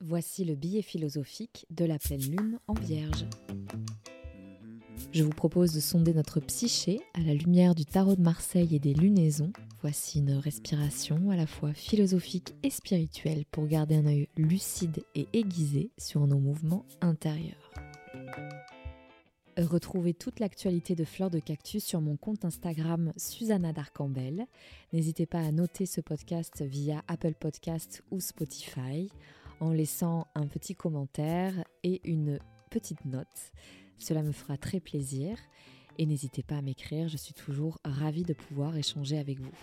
voici le billet philosophique de la pleine lune en Vierge. Je vous propose de sonder notre psyché à la lumière du tarot de Marseille et des lunaisons. Voici une respiration à la fois philosophique et spirituelle pour garder un œil lucide et aiguisé sur nos mouvements intérieurs. Retrouvez toute l'actualité de Fleurs de Cactus sur mon compte Instagram Susanna Darcambel. N'hésitez pas à noter ce podcast via Apple Podcasts ou Spotify en laissant un petit commentaire et une petite note. Cela me fera très plaisir et n'hésitez pas à m'écrire, je suis toujours ravie de pouvoir échanger avec vous.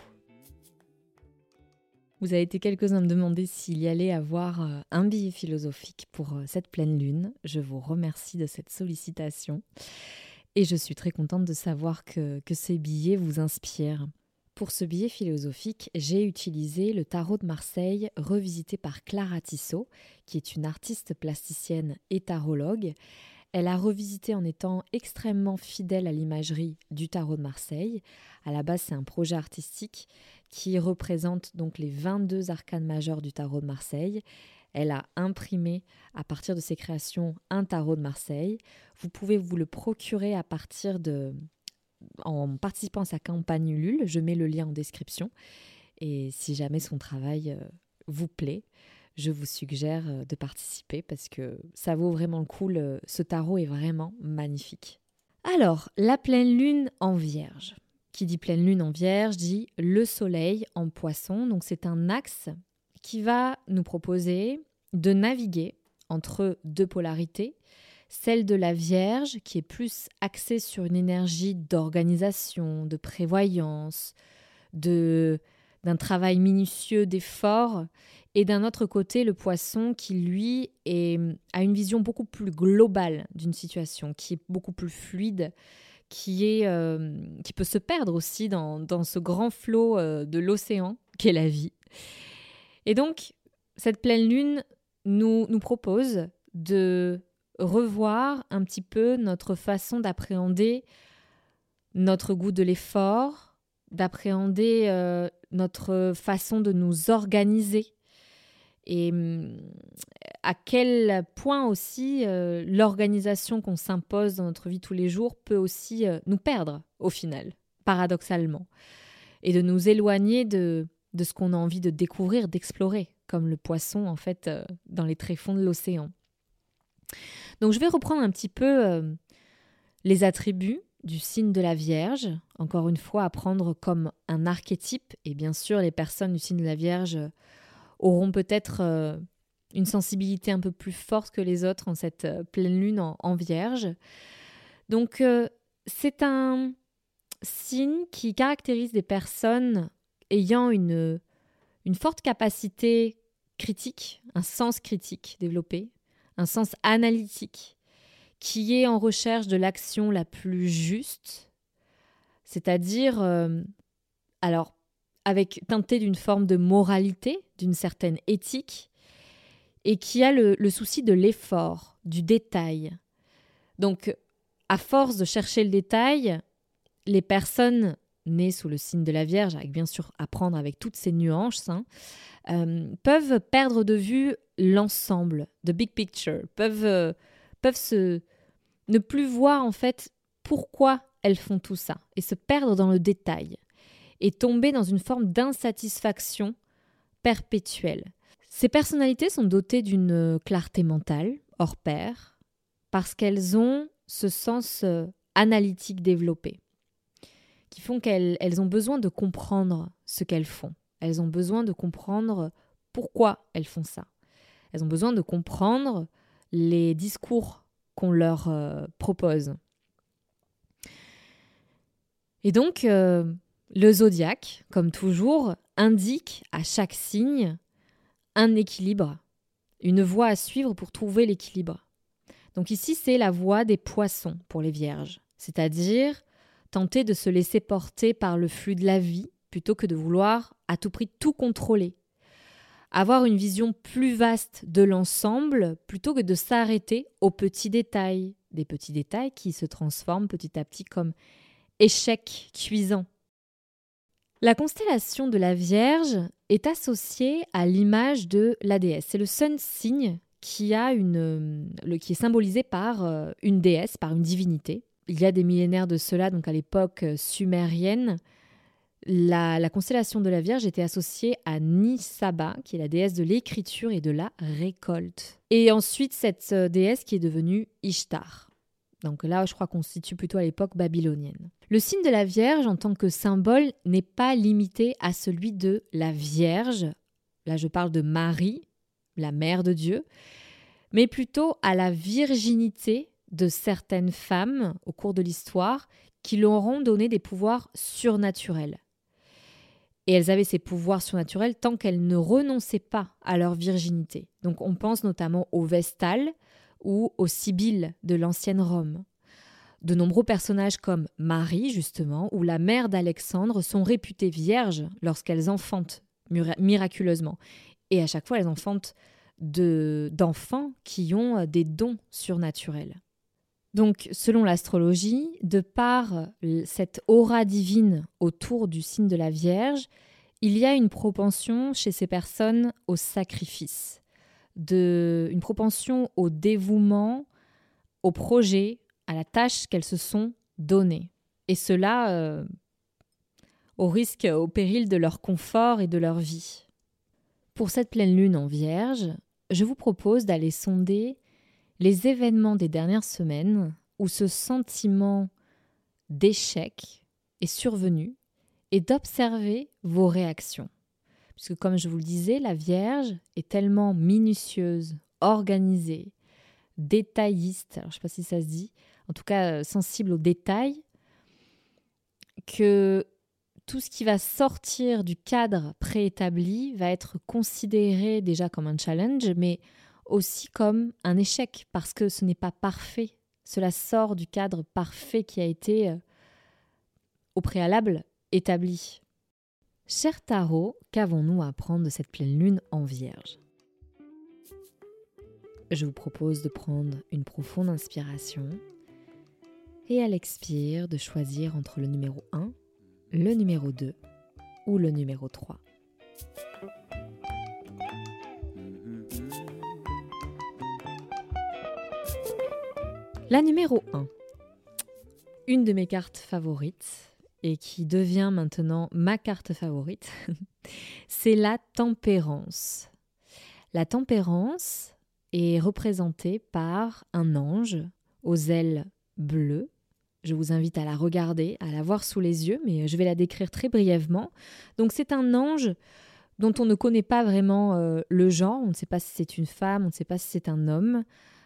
Vous avez été quelques-uns à me demander s'il y allait avoir un billet philosophique pour cette pleine lune. Je vous remercie de cette sollicitation et je suis très contente de savoir que ces billets vous inspirent. Pour ce billet philosophique, j'ai utilisé le tarot de Marseille revisité par Clara Tissot, qui est une artiste plasticienne et tarologue. Elle a revisité en étant extrêmement fidèle à l'imagerie du tarot de Marseille. À la base, c'est un projet artistique qui représente donc les 22 arcanes majeures du tarot de Marseille. Elle a imprimé à partir de ses créations un tarot de Marseille. Vous pouvez vous le procurer en participant à sa campagne Ulule. Je mets le lien en description. Et si jamais son travail vous plaît, je vous suggère de participer parce que ça vaut vraiment le coup. Ce tarot est vraiment magnifique. Alors, la pleine lune en Vierge. Qui dit pleine lune en Vierge dit le soleil en Poisson. Donc c'est un axe qui va nous proposer de naviguer entre deux polarités. Celle de la Vierge qui est plus axée sur une énergie d'organisation, de prévoyance, d'un travail minutieux, d'effort. Et d'un autre côté, le Poisson qui, lui, a une vision beaucoup plus globale d'une situation, qui est beaucoup plus fluide, qui peut se perdre aussi dans ce grand flot de l'océan qu'est la vie. Et donc, cette pleine lune nous propose de revoir un petit peu notre façon d'appréhender notre goût de l'effort, d'appréhender notre façon de nous organiser et à quel point aussi l'organisation qu'on s'impose dans notre vie tous les jours peut aussi nous perdre au final, paradoxalement, et de nous éloigner de ce qu'on a envie de découvrir, d'explorer, comme le poisson en fait dans les tréfonds de l'océan. Donc je vais reprendre un petit peu les attributs du signe de la Vierge, encore une fois à prendre comme un archétype, et bien sûr les personnes du signe de la Vierge auront peut-être une sensibilité un peu plus forte que les autres en cette pleine lune en Vierge. Donc c'est un signe qui caractérise des personnes ayant une forte capacité critique, un sens critique développé, un sens analytique, qui est en recherche de l'action la plus juste, c'est-à-dire, avec teinté d'une forme de moralité, d'une certaine éthique, et qui a le souci de l'effort, du détail. Donc, à force de chercher le détail, les personnes nées sous le signe de la Vierge, avec bien sûr à prendre avec toutes ces nuances, peuvent perdre de vue l'ensemble, the big picture, peuvent ne plus voir en fait pourquoi elles font tout ça et se perdre dans le détail et tomber dans une forme d'insatisfaction perpétuelle. Ces personnalités sont dotées d'une clarté mentale hors pair parce qu'elles ont ce sens analytique développé qui font qu'elles ont besoin de comprendre ce qu'elles font. Elles ont besoin de comprendre pourquoi elles font ça. Elles ont besoin de comprendre les discours qu'on leur propose. Et donc, le zodiaque, comme toujours, indique à chaque signe un équilibre, une voie à suivre pour trouver l'équilibre. Donc ici, c'est la voie des poissons pour les vierges, c'est-à-dire tenter de se laisser porter par le flux de la vie plutôt que de vouloir à tout prix tout contrôler. Avoir une vision plus vaste de l'ensemble plutôt que de s'arrêter aux petits détails, des petits détails qui se transforment petit à petit comme échecs cuisants. La constellation de la Vierge est associée à l'image de la déesse. C'est le seul signe qui est symbolisé par une déesse, par une divinité. Il y a des millénaires de cela, donc à l'époque sumérienne, la constellation de la Vierge était associée à Nisaba, qui est la déesse de l'écriture et de la récolte. Et ensuite, cette déesse qui est devenue Ishtar. Donc là, je crois qu'on se situe plutôt à l'époque babylonienne. Le signe de la Vierge, en tant que symbole, n'est pas limité à celui de la Vierge. Là, je parle de Marie, la mère de Dieu, mais plutôt à la virginité de certaines femmes au cours de l'histoire qui leur auront donné des pouvoirs surnaturels. Et elles avaient ces pouvoirs surnaturels tant qu'elles ne renonçaient pas à leur virginité. Donc on pense notamment aux Vestales ou aux Sibylles de l'ancienne Rome. De nombreux personnages comme Marie, justement, ou la mère d'Alexandre sont réputées vierges lorsqu'elles enfantent miraculeusement. Et à chaque fois, elles enfantent d'enfants qui ont des dons surnaturels. Donc, selon l'astrologie, de par cette aura divine autour du signe de la Vierge, il y a une propension chez ces personnes au sacrifice, une propension au dévouement, au projet, à la tâche qu'elles se sont données. Et cela au péril de leur confort et de leur vie. Pour cette pleine lune en Vierge, je vous propose d'aller sonder les événements des dernières semaines où ce sentiment d'échec est survenu et d'observer vos réactions. Puisque comme je vous le disais, la Vierge est tellement minutieuse, organisée, détailliste, alors je ne sais pas si ça se dit, en tout cas sensible aux détails, que tout ce qui va sortir du cadre préétabli va être considéré déjà comme un challenge, mais aussi comme un échec, parce que ce n'est pas parfait. Cela sort du cadre parfait qui a été au préalable établi. Cher Tarot, qu'avons-nous à apprendre de cette pleine lune en Vierge ? Je vous propose de prendre une profonde inspiration et à l'expire de choisir entre le numéro 1, le numéro 2 ou le numéro 3. La numéro 1, une de mes cartes favorites et qui devient maintenant ma carte favorite, c'est la tempérance. La tempérance est représentée par un ange aux ailes bleues. Je vous invite à la regarder, à la voir sous les yeux, mais je vais la décrire très brièvement. Donc c'est un ange dont on ne connaît pas vraiment le genre, on ne sait pas si c'est une femme, on ne sait pas si c'est un homme.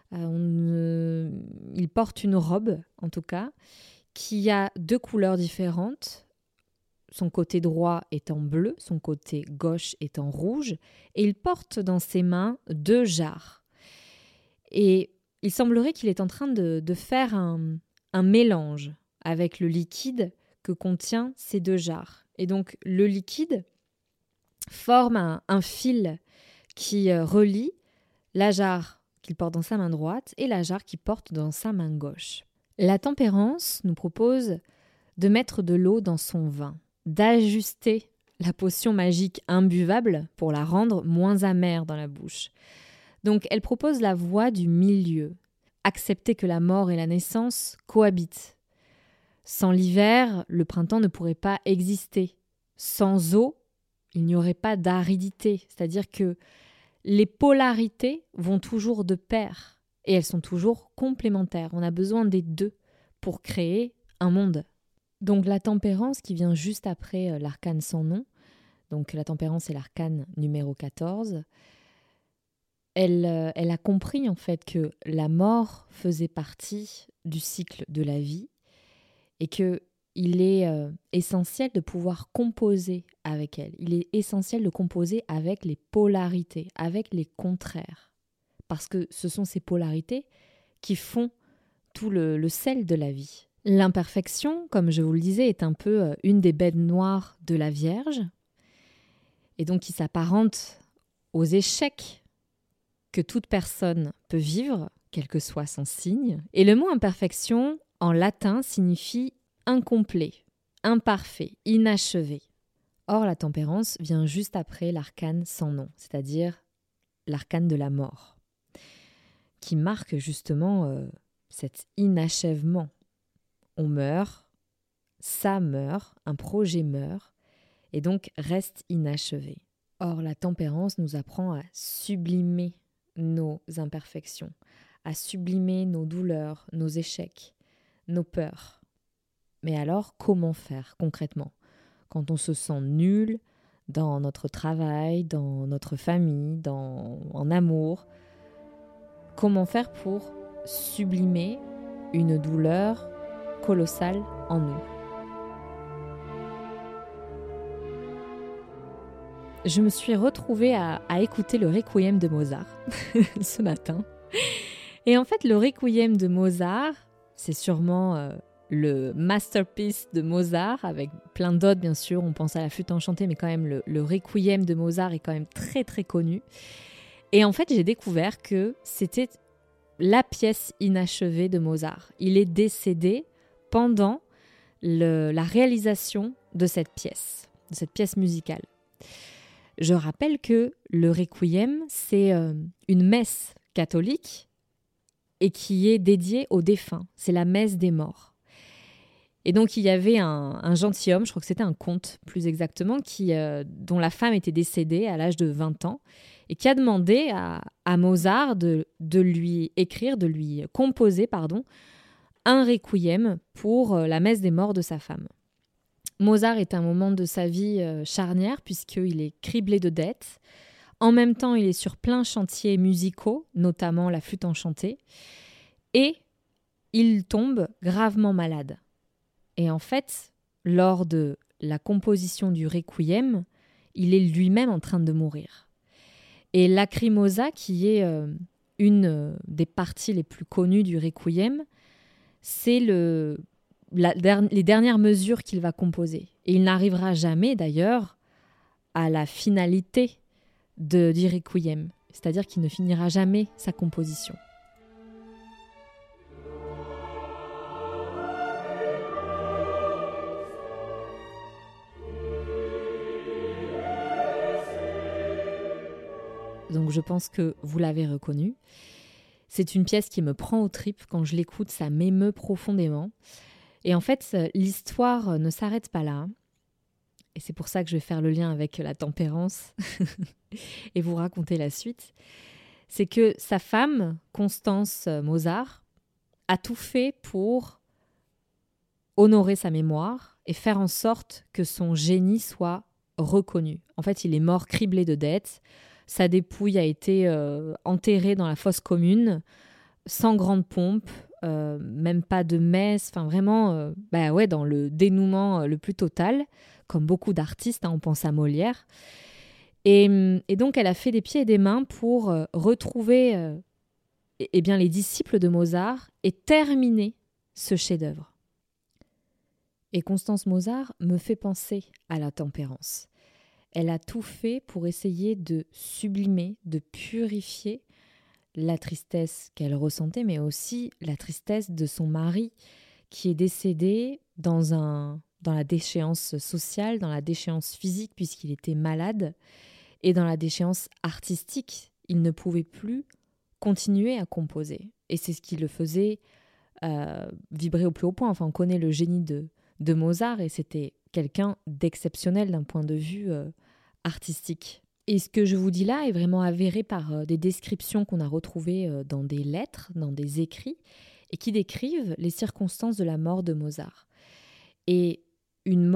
Il porte une robe, en tout cas, qui a 2 couleurs différentes, son côté droit étant bleu, son côté gauche étant rouge, et il porte dans ses mains 2 jarres. Et il semblerait qu'il est en train de faire un mélange avec le liquide que contient ces 2 jarres. Et donc le liquide forme un fil qui relie la jarre qu'il porte dans sa main droite et la jarre qu'il porte dans sa main gauche. La tempérance nous propose de mettre de l'eau dans son vin, d'ajuster la potion magique imbuvable pour la rendre moins amère dans la bouche. Donc elle propose la voie du milieu, accepter que la mort et la naissance cohabitent. Sans l'hiver, le printemps ne pourrait pas exister. Sans eau, il n'y aurait pas d'aridité, c'est-à-dire que les polarités vont toujours de pair et elles sont toujours complémentaires. On a besoin des 2 pour créer un monde. Donc la tempérance qui vient juste après l'arcane sans nom, donc la tempérance est l'arcane numéro 14, elle a compris en fait que la mort faisait partie du cycle de la vie et qu'il est essentiel de pouvoir composer avec elle. Il est essentiel de composer avec les polarités, avec les contraires. Parce que ce sont ces polarités qui font tout le sel de la vie. L'imperfection, comme je vous le disais, est un peu une des bêtes noires de la Vierge, et donc qui s'apparente aux échecs que toute personne peut vivre, quel que soit son signe. Et le mot imperfection, en latin, signifie incomplet, imparfait, inachevé. Or, la tempérance vient juste après l'arcane sans nom, c'est-à-dire l'arcane de la mort. qui marque justement cet inachèvement. On meurt, ça meurt, un projet meurt, et donc reste inachevé. Or, la tempérance nous apprend à sublimer nos imperfections, à sublimer nos douleurs, nos échecs, nos peurs. Mais alors, comment faire concrètement quand on se sent nul dans notre travail, dans notre famille, en amour? Comment faire pour sublimer une douleur colossale en nous? Je me suis retrouvée à écouter le Requiem de Mozart ce matin. Et en fait, le Requiem de Mozart, c'est sûrement le masterpiece de Mozart, avec plein d'autres bien sûr. On pense à la flûte enchantée, mais quand même le Requiem de Mozart est quand même très très connu. Et en fait, j'ai découvert que c'était la pièce inachevée de Mozart. Il est décédé pendant la réalisation de cette pièce musicale. Je rappelle que le Requiem, c'est une messe catholique et qui est dédiée aux défunts. C'est la messe des morts. Et donc, il y avait un gentilhomme, je crois que c'était un comte plus exactement, dont la femme était décédée à l'âge de 20 ans et qui a demandé à Mozart de lui écrire, de lui composer, un Requiem pour la messe des morts de sa femme. Mozart est un moment de sa vie charnière puisqu'il est criblé de dettes. En même temps, il est sur plein chantiers musicaux, notamment la flûte enchantée. Et il tombe gravement malade. Et en fait, lors de la composition du Requiem, il est lui-même en train de mourir. Et Lacrimosa, qui est une des parties les plus connues du Requiem, c'est les dernières mesures qu'il va composer. Et il n'arrivera jamais, d'ailleurs, à la finalité du Requiem. C'est-à-dire qu'il ne finira jamais sa composition. Donc je pense que vous l'avez reconnu. C'est une pièce qui me prend aux tripes. Quand je l'écoute, ça m'émeut profondément. Et en fait, l'histoire ne s'arrête pas là. Et c'est pour ça que je vais faire le lien avec la tempérance et vous raconter la suite. C'est que sa femme, Constance Mozart, a tout fait pour honorer sa mémoire et faire en sorte que son génie soit reconnu. En fait, il est mort criblé de dettes. Sa dépouille a été enterrée dans la fosse commune, sans grande pompe, même pas de messe, enfin vraiment dans le dénouement le plus total, comme beaucoup d'artistes, on pense à Molière. Et donc elle a fait des pieds et des mains pour retrouver les disciples de Mozart et terminer ce chef-d'œuvre. Et Constance Mozart me fait penser à la tempérance. Elle a tout fait pour essayer de sublimer, de purifier la tristesse qu'elle ressentait, mais aussi la tristesse de son mari qui est décédé dans la déchéance sociale, dans la déchéance physique puisqu'il était malade, et dans la déchéance artistique. Il ne pouvait plus continuer à composer. Et c'est ce qui le faisait vibrer au plus haut point. Enfin, on connaît le génie de Mozart et c'était quelqu'un d'exceptionnel d'un point de vue artistique. Et ce que je vous dis là est vraiment avéré par des descriptions qu'on a retrouvées dans des lettres, dans des écrits, et qui décrivent les circonstances de la mort de Mozart. Et une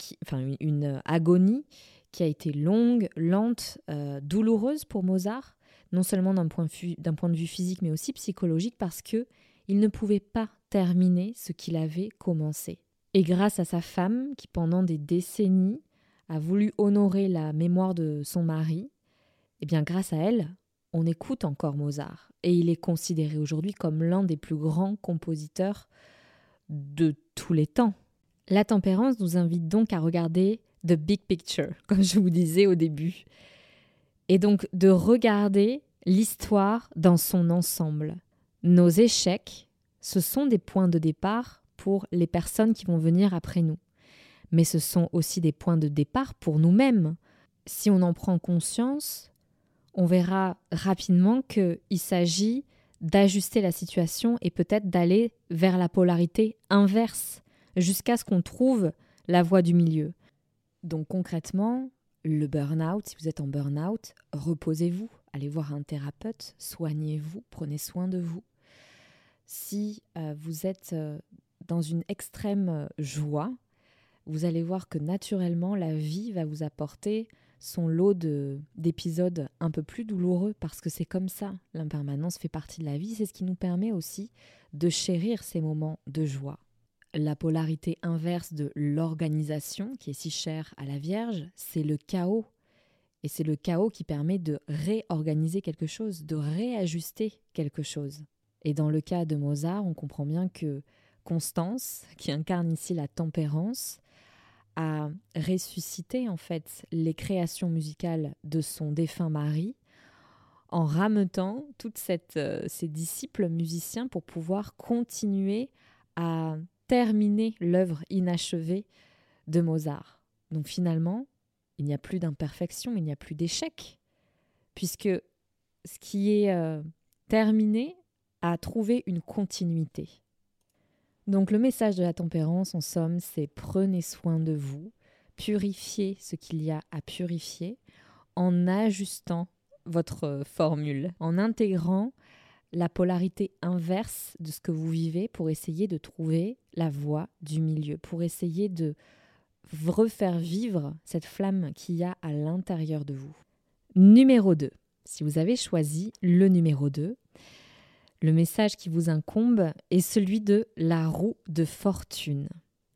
agonie qui a été longue, lente, douloureuse pour Mozart, non seulement d'un point de vue physique, mais aussi psychologique, parce qu'il ne pouvait pas terminer ce qu'il avait commencé. Et grâce à sa femme, qui pendant des décennies a voulu honorer la mémoire de son mari, eh bien grâce à elle, on écoute encore Mozart. Et il est considéré aujourd'hui comme l'un des plus grands compositeurs de tous les temps. La tempérance nous invite donc à regarder the big picture, comme je vous disais au début. Et donc de regarder l'histoire dans son ensemble. Nos échecs, ce sont des points de départ pour les personnes qui vont venir après nous. Mais ce sont aussi des points de départ pour nous-mêmes. Si on en prend conscience, on verra rapidement qu'il s'agit d'ajuster la situation et peut-être d'aller vers la polarité inverse jusqu'à ce qu'on trouve la voie du milieu. Donc concrètement, le burn-out, si vous êtes en burn-out, reposez-vous, allez voir un thérapeute, soignez-vous, prenez soin de vous. Si vous êtes dans une extrême joie, vous allez voir que naturellement, la vie va vous apporter son lot d'épisodes un peu plus douloureux parce que c'est comme ça. L'impermanence fait partie de la vie. C'est ce qui nous permet aussi de chérir ces moments de joie. La polarité inverse de l'organisation, qui est si chère à la Vierge, c'est le chaos. Et c'est le chaos qui permet de réorganiser quelque chose, de réajuster quelque chose. Et dans le cas de Mozart, on comprend bien que Constance, qui incarne ici la tempérance, a ressuscité en fait les créations musicales de son défunt mari en rameutant toutes ses disciples musiciens pour pouvoir continuer à terminer l'œuvre inachevée de Mozart. Donc finalement, il n'y a plus d'imperfection, il n'y a plus d'échec, puisque ce qui est terminé a trouvé une continuité. Donc le message de la tempérance, en somme, c'est prenez soin de vous, purifiez ce qu'il y a à purifier en ajustant votre formule, en intégrant la polarité inverse de ce que vous vivez pour essayer de trouver la voie du milieu, pour essayer de refaire vivre cette flamme qu'il y a à l'intérieur de vous. Numéro 2. Si vous avez choisi le numéro 2, le message qui vous incombe est celui de la roue de fortune.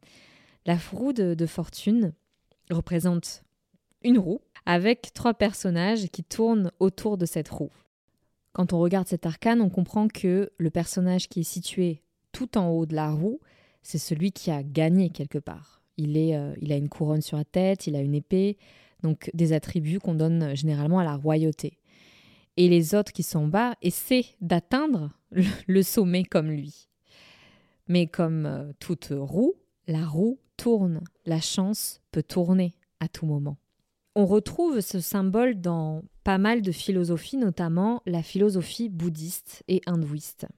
La roue de fortune représente une roue avec 3 personnages qui tournent autour de cette roue. Quand on regarde cet arcane, on comprend que le personnage qui est situé tout en haut de la roue, c'est celui qui a gagné quelque part. Il a une couronne sur la tête, il a une épée, donc des attributs qu'on donne généralement à la royauté. Et les autres qui sont en bas essaient d'atteindre le sommet comme lui. Mais comme toute roue, la roue tourne. La chance peut tourner à tout moment. On retrouve ce symbole dans pas mal de philosophies, notamment la philosophie bouddhiste et hindouiste.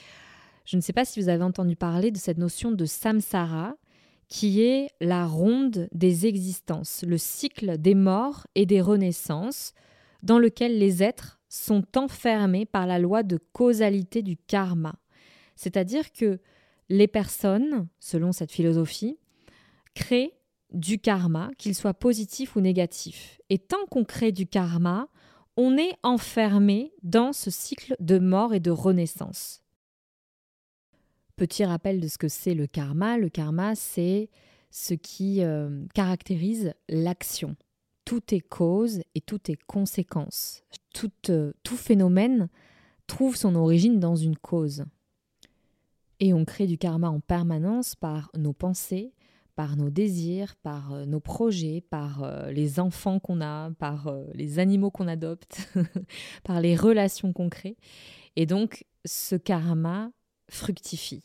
Je ne sais pas si vous avez entendu parler de cette notion de samsara, qui est la ronde des existences, le cycle des morts et des renaissances, dans lequel les êtres sont enfermés par la loi de causalité du karma. C'est-à-dire que les personnes, selon cette philosophie, créent du karma, qu'il soit positif ou négatif. Et tant qu'on crée du karma, on est enfermé dans ce cycle de mort et de renaissance. Petit rappel de ce que c'est le karma. Le karma, c'est ce qui caractérise l'action. Tout est cause et tout est conséquence. Tout phénomène trouve son origine dans une cause. Et on crée du karma en permanence par nos pensées, par nos désirs, par nos projets, par les enfants qu'on a, par les animaux qu'on adopte, par les relations qu'on crée. Et donc, ce karma fructifie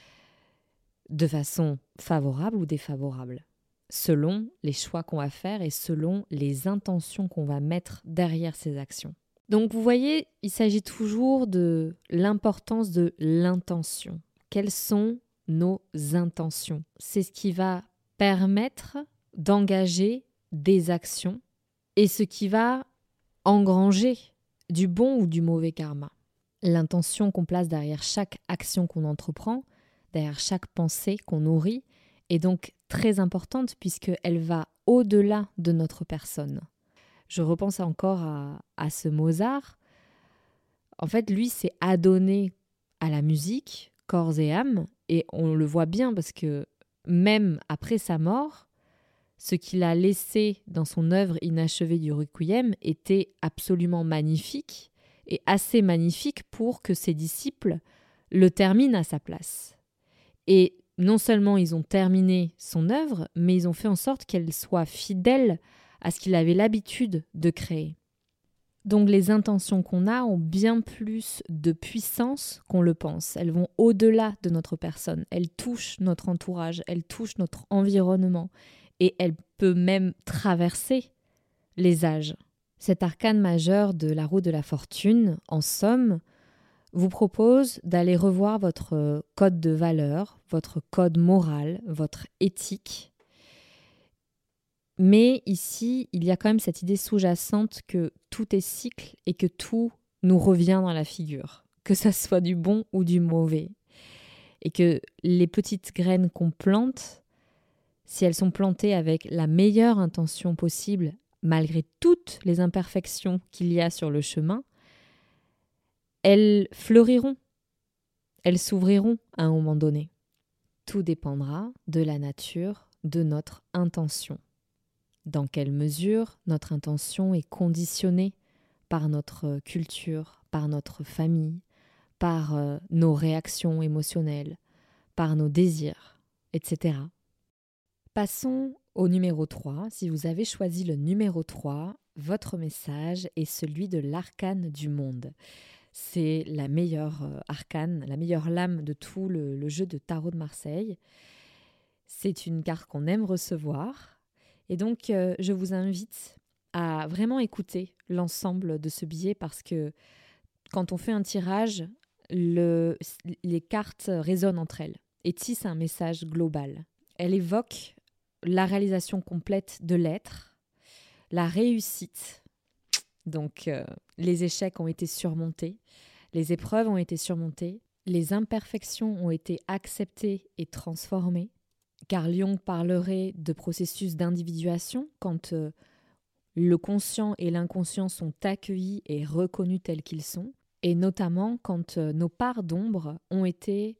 de façon favorable ou défavorable, selon les choix qu'on va faire et selon les intentions qu'on va mettre derrière ces actions. Donc vous voyez, il s'agit toujours de l'importance de l'intention. Quelles sont nos intentions? C'est ce qui va permettre d'engager des actions et ce qui va engranger du bon ou du mauvais karma. L'intention qu'on place derrière chaque action qu'on entreprend, derrière chaque pensée qu'on nourrit, est donc très importante puisqu'elle va au-delà de notre personne. Je repense encore à ce Mozart. En fait, lui s'est adonné à la musique, corps et âme, et on le voit bien parce que même après sa mort, ce qu'il a laissé dans son œuvre inachevée du Requiem était absolument magnifique et assez magnifique pour que ses disciples le terminent à sa place. Et non seulement ils ont terminé son œuvre, mais ils ont fait en sorte qu'elle soit fidèle à ce qu'il avait l'habitude de créer. Donc les intentions qu'on a ont bien plus de puissance qu'on le pense. Elles vont au-delà de notre personne. Elles touchent notre entourage, elles touchent notre environnement et elles peuvent même traverser les âges. Cet arcane majeur de la roue de la fortune, en somme, vous propose d'aller revoir votre code de valeurs, votre code moral, votre éthique. Mais ici, il y a quand même cette idée sous-jacente que tout est cycle et que tout nous revient dans la figure, que ça soit du bon ou du mauvais. Et que les petites graines qu'on plante, si elles sont plantées avec la meilleure intention possible, malgré toutes les imperfections qu'il y a sur le chemin, elles fleuriront, elles s'ouvriront à un moment donné. Tout dépendra de la nature de notre intention. Dans quelle mesure notre intention est conditionnée par notre culture, par notre famille, par nos réactions émotionnelles, par nos désirs, etc. Passons au numéro 3. Si vous avez choisi le numéro 3, votre message est celui de l'arcane du monde. C'est la meilleure arcane, la meilleure lame de tout le jeu de tarot de Marseille. C'est une carte qu'on aime recevoir. Et donc, je vous invite à vraiment écouter l'ensemble de ce billet parce que quand on fait un tirage, les cartes résonnent entre elles et tissent un message global. Elle évoque la réalisation complète de l'être, la réussite. Donc, les échecs ont été surmontés, les épreuves ont été surmontées, les imperfections ont été acceptées et transformées. Carl Jung parlerait de processus d'individuation quand le conscient et l'inconscient sont accueillis et reconnus tels qu'ils sont, et notamment quand nos parts d'ombre ont été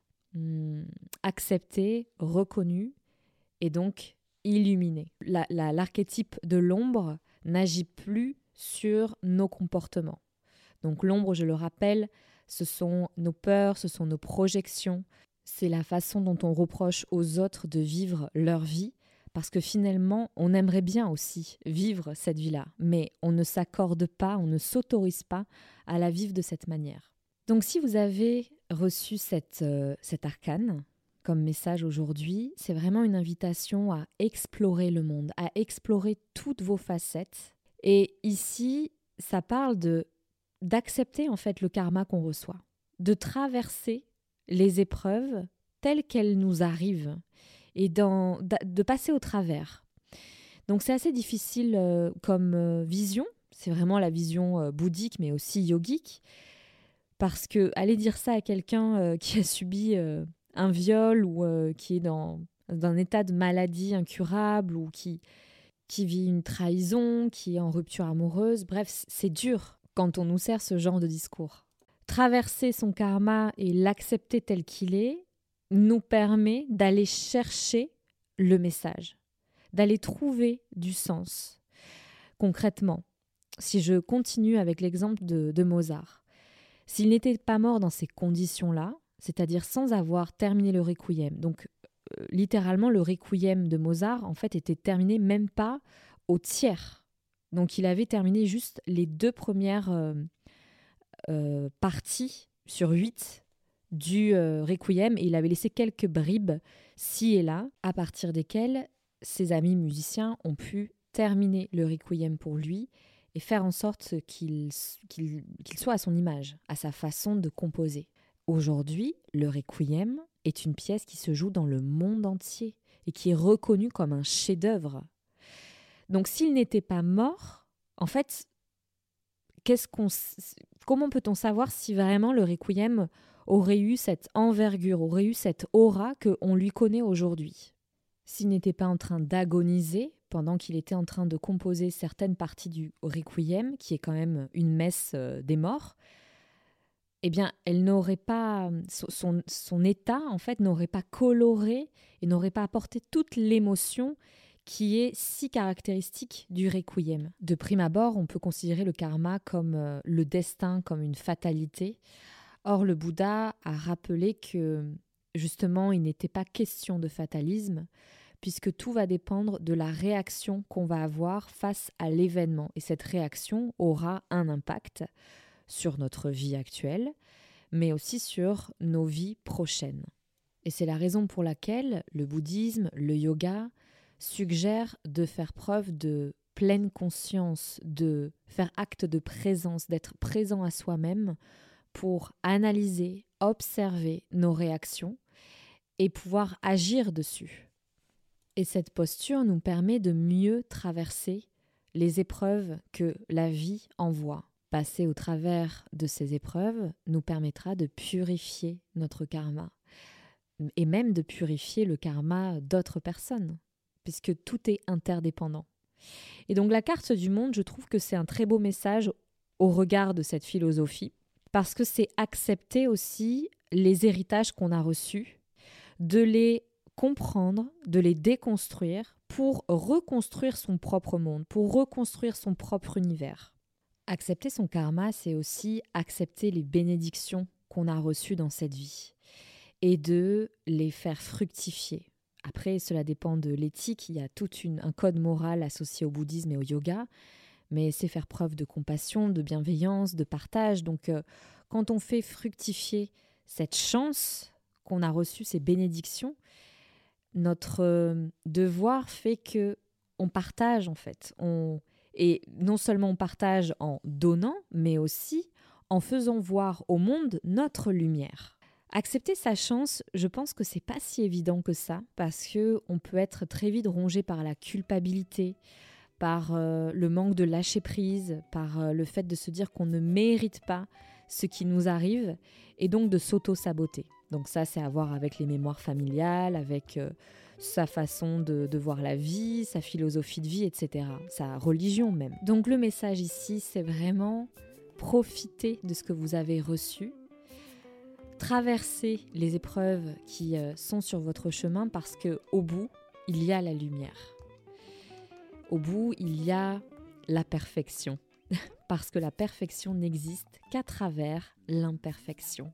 acceptées, reconnues et donc illuminées. L'archétype de l'ombre n'agit plus sur nos comportements. Donc l'ombre, je le rappelle, ce sont nos peurs, ce sont nos projections, c'est la façon dont on reproche aux autres de vivre leur vie, parce que finalement, on aimerait bien aussi vivre cette vie-là, mais on ne s'accorde pas, on ne s'autorise pas à la vivre de cette manière. Donc si vous avez reçu cet arcane comme message aujourd'hui, c'est vraiment une invitation à explorer le monde, à explorer toutes vos facettes. Et ici, ça parle d'accepter en fait le karma qu'on reçoit, de traverser les épreuves telles qu'elles nous arrivent et de passer au travers. Donc c'est assez difficile comme vision, c'est vraiment la vision bouddhique mais aussi yogique, parce que aller dire ça à quelqu'un qui a subi un viol ou qui est dans un état de maladie incurable ou qui vit une trahison, qui est en rupture amoureuse, bref, c'est dur quand on nous sert ce genre de discours. Traverser son karma et l'accepter tel qu'il est nous permet d'aller chercher le message, d'aller trouver du sens. Concrètement, si je continue avec l'exemple de Mozart, s'il n'était pas mort dans ces conditions-là, c'est-à-dire sans avoir terminé le requiem, donc littéralement le requiem de Mozart en fait était terminé même pas au tiers, donc il avait terminé juste les 2 premières partie sur 8 du Requiem et il avait laissé quelques bribes ci et là, à partir desquelles ses amis musiciens ont pu terminer le Requiem pour lui et faire en sorte qu'il soit à son image, à sa façon de composer. Aujourd'hui, le Requiem est une pièce qui se joue dans le monde entier et qui est reconnue comme un chef-d'œuvre. Donc s'il n'était pas mort, en fait, comment peut-on savoir si vraiment le Requiem aurait eu cette envergure, aurait eu cette aura qu'on lui connaît aujourd'hui? S'il n'était pas en train d'agoniser pendant qu'il était en train de composer certaines parties du Requiem, qui est quand même une messe des morts, eh bien, elle n'aurait pas, son état, en fait, n'aurait pas coloré et n'aurait pas apporté toute l'émotion qui est si caractéristique du Requiem. De prime abord, on peut considérer le karma comme le destin, comme une fatalité. Or, le Bouddha a rappelé que, justement, il n'était pas question de fatalisme, puisque tout va dépendre de la réaction qu'on va avoir face à l'événement. Et cette réaction aura un impact sur notre vie actuelle, mais aussi sur nos vies prochaines. Et c'est la raison pour laquelle le bouddhisme, le yoga, suggère de faire preuve de pleine conscience, de faire acte de présence, d'être présent à soi-même pour analyser, observer nos réactions et pouvoir agir dessus. Et cette posture nous permet de mieux traverser les épreuves que la vie envoie. Passer au travers de ces épreuves nous permettra de purifier notre karma et même de purifier le karma d'autres personnes, puisque tout est interdépendant. Et donc la carte du monde, je trouve que c'est un très beau message au regard de cette philosophie, parce que c'est accepter aussi les héritages qu'on a reçus, de les comprendre, de les déconstruire pour reconstruire son propre monde, pour reconstruire son propre univers. Accepter son karma, c'est aussi accepter les bénédictions qu'on a reçues dans cette vie et de les faire fructifier. Après, cela dépend de l'éthique, il y a tout un code moral associé au bouddhisme et au yoga, mais c'est faire preuve de compassion, de bienveillance, de partage. Donc, quand on fait fructifier cette chance qu'on a reçue, ces bénédictions, notre devoir fait que on partage en fait. Et non seulement on partage en donnant, mais aussi en faisant voir au monde notre lumière. Accepter sa chance, je pense que c'est pas si évident que ça, parce que on peut être très vite rongé par la culpabilité, par le manque de lâcher prise, par le fait de se dire qu'on ne mérite pas ce qui nous arrive, et donc de s'auto-saboter. Donc ça, c'est à voir avec les mémoires familiales, avec sa façon de voir la vie, sa philosophie de vie, etc. Sa religion même. Donc le message ici, c'est vraiment profiter de ce que vous avez reçu, traverser les épreuves qui sont sur votre chemin, parce qu'au bout, il y a la lumière. Au bout, il y a la perfection, parce que la perfection n'existe qu'à travers l'imperfection.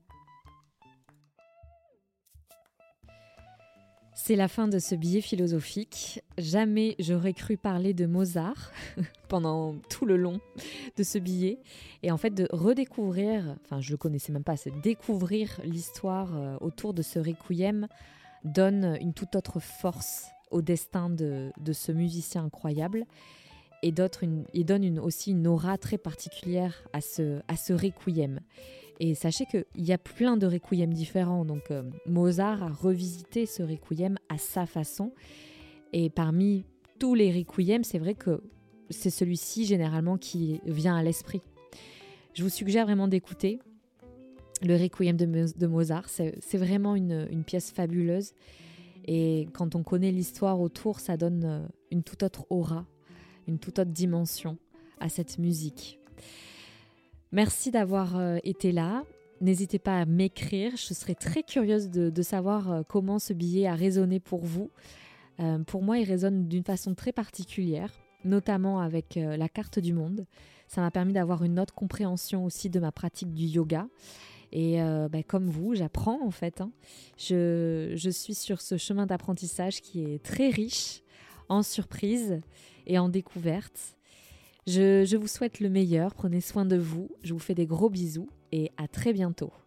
C'est la fin de ce billet philosophique. Jamais j'aurais cru parler de Mozart pendant tout le long de ce billet. Et en fait, de redécouvrir, enfin je ne le connaissais même pas, c'est découvrir l'histoire autour de ce requiem donne une toute autre force au destin de ce musicien incroyable et donne aussi une aura très particulière à ce requiem. Et sachez qu'il y a plein de requiem différents, donc Mozart a revisité ce requiem à sa façon, et parmi tous les requiems, c'est vrai que c'est celui-ci généralement qui vient à l'esprit. Je vous suggère vraiment d'écouter le requiem de Mozart, c'est vraiment une pièce fabuleuse, et quand on connaît l'histoire autour, ça donne une toute autre aura, une toute autre dimension à cette musique. Merci d'avoir été là. N'hésitez pas à m'écrire. Je serais très curieuse de savoir comment ce billet a résonné pour vous. Pour moi, il résonne d'une façon très particulière, notamment avec la carte du monde. Ça m'a permis d'avoir une autre compréhension aussi de ma pratique du yoga. Et comme vous, j'apprends en fait. Je suis sur ce chemin d'apprentissage qui est très riche en surprises et en découvertes. Je vous souhaite le meilleur, prenez soin de vous, je vous fais des gros bisous et à très bientôt.